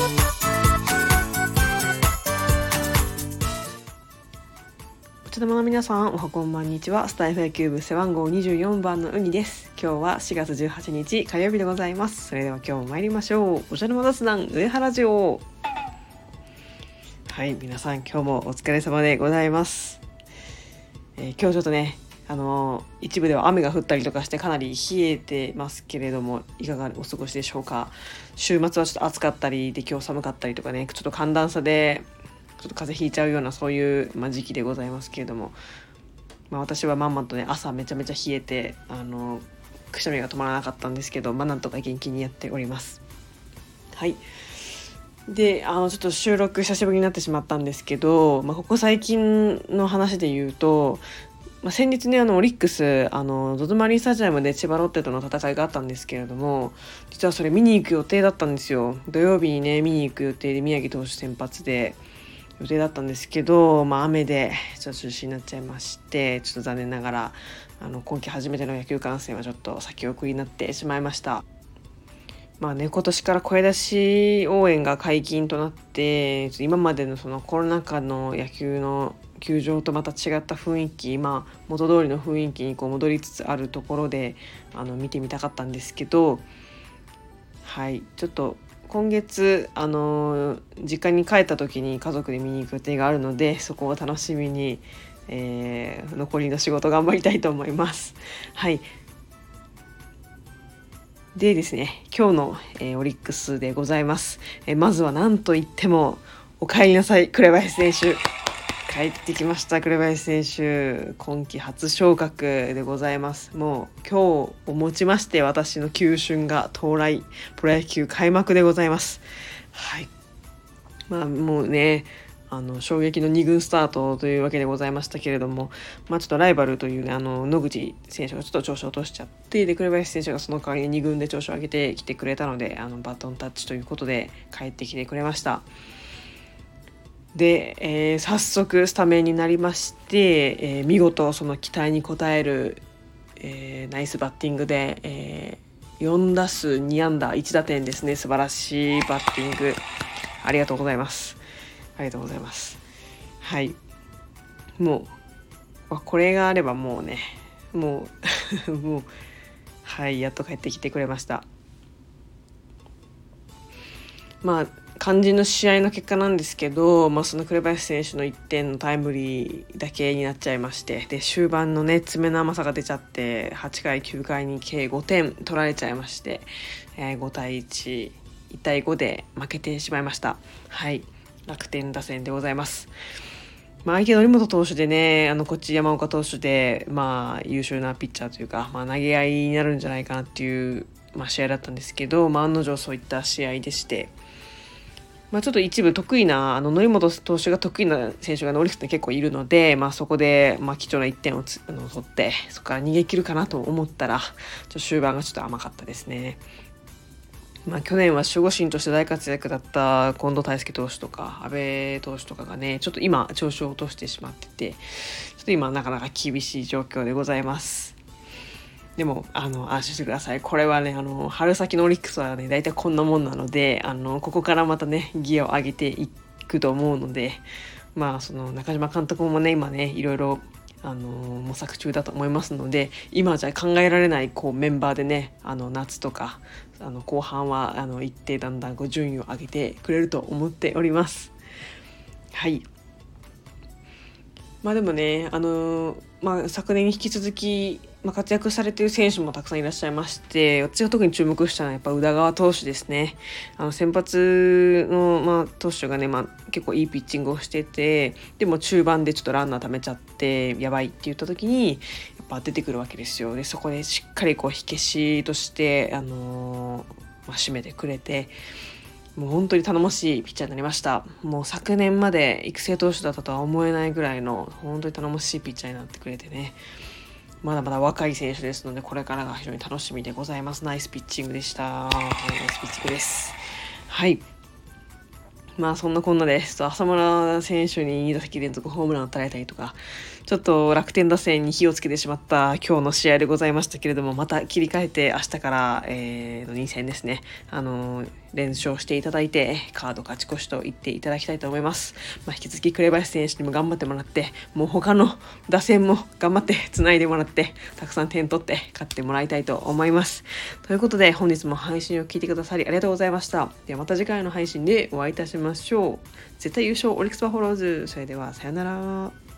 お茶玉の皆さん、おはこんばんにちは。スタイフ野球部背番号24番のうにです。今日は4月18日火曜日でございます。それでは今日も参りましょう。お茶の間雑談上原城。はい、皆さん今日もお疲れ様でございます。今日ちょっとね、一部では雨が降ったりとかしてかなり冷えてますけれども、いかがお過ごしでしょうか。週末はちょっと暑かったりで今日寒かったりとかね、ちょっと寒暖差でちょっと風邪ひいちゃうようなそういう、時期でございますけれども、私はまんまとね朝めちゃめちゃ冷えてくしゃみが止まらなかったんですけど、なんとか元気にやっております。はい。でちょっと収録久しぶりになってしまったんですけど、ここ最近の話で言うと、先日ねオリックスZOZO マリンスタジアムで千葉ロッテとの戦いがあったんですけれども、実はそれ見に行く予定だったんですよ。土曜日にね見に行く予定で、宮城投手先発で予定だったんですけど、雨でちょっと中止になっちゃいまして、ちょっと残念ながら今季初めての野球観戦はちょっと先送りになってしまいました。今年から声出し応援が解禁となって、今までのそのコロナ禍の野球の球場とまた違った雰囲気、元通りの雰囲気に戻りつつあるところで見てみたかったんですけど、はい、ちょっと今月実家に帰った時に家族で見に行く予定があるので、そこを楽しみに、残りの仕事頑張りたいと思います。はい。でですね、今日の、オリックスでございます。まずは何と言ってもお帰りなさい紅林選手、帰ってきました。紅林選手今季初昇格でございます。もう今日をもちまして私の球春が到来、プロ野球開幕でございます。はい。もうね衝撃の2軍スタートというわけでございましたけれども、ちょっとライバルというね野口選手がちょっと調子を落としちゃって、で紅林選手がその代わりに2軍で調子を上げてきてくれたので、バトンタッチということで帰ってきてくれました。で、早速スタメンになりまして、見事その期待に応える、ナイスバッティングで、4打数2安打1打点ですね。素晴らしいバッティング、ありがとうございます。ありがとうございます。はい。もうこれがあればもうね、もうはい、やっと帰ってきてくれました。肝心の試合の結果なんですけど、その紅林選手の1点のタイムリーだけになっちゃいまして、で終盤のね爪の甘さが出ちゃって8回9回に計5点取られちゃいまして、5対1、1対5で負けてしまいました。はい、楽天打線でございます。相手の則本投手でね、こっち山岡投手で優秀なピッチャーというか、投げ合いになるんじゃないかなっていう、試合だったんですけど、案の定そういった試合でして、ちょっと一部得意な則本投手が得意な選手がオリックスって結構いるので、そこで貴重な1点を取って、そこから逃げ切るかなと思ったら終盤がちょっと甘かったですね。去年は守護神として大活躍だった近藤泰介投手とか阿部投手とかがね、ちょっと今調子を落としてしまってて、ちょっと今なかなか厳しい状況でございます。でも安心してください。これはね春先のオリックスはね大体こんなもんなので、ここからまたねギアを上げていくと思うので、その中島監督もね今ねいろいろ模索中だと思いますので、今じゃ考えられないメンバーでね夏とか後半は一定だんだん順位を上げてくれると思っております。はい。でもね昨年に引き続き、活躍されている選手もたくさんいらっしゃいまして、私が特に注目したのはやっぱ宇田川投手ですね。先発の、投手がね、結構いいピッチングをしてて、でも中盤でちょっとランナー溜めちゃってやばいって言った時にやっぱ出てくるわけですよ。でそこでしっかり火消しとして締めてくれて、もう本当に頼もしいピッチャーになりました。もう昨年まで育成投手だったとは思えないぐらいの本当に頼もしいピッチャーになってくれてね、まだまだ若い選手ですので、これからが非常に楽しみでございます。ナイスピッチングでした。ナイスピッチングです。はい。そんなこんなで浅村選手に2打席連続ホームランを打たれたりとかちょっと楽天打線に火をつけてしまった今日の試合でございましたけれども、また切り替えて明日から、の2戦ですね、連勝していただいてカード勝ち越しと言っていただきたいと思います。引き続き紅林選手にも頑張ってもらって、もう他の打線も頑張ってつないでもらって、たくさん点取って勝ってもらいたいと思います。ということで本日も配信を聞いてくださりありがとうございました。ではまた次回の配信でお会いいたしましょう。絶対優勝オリックスバファローズ。それではさよなら。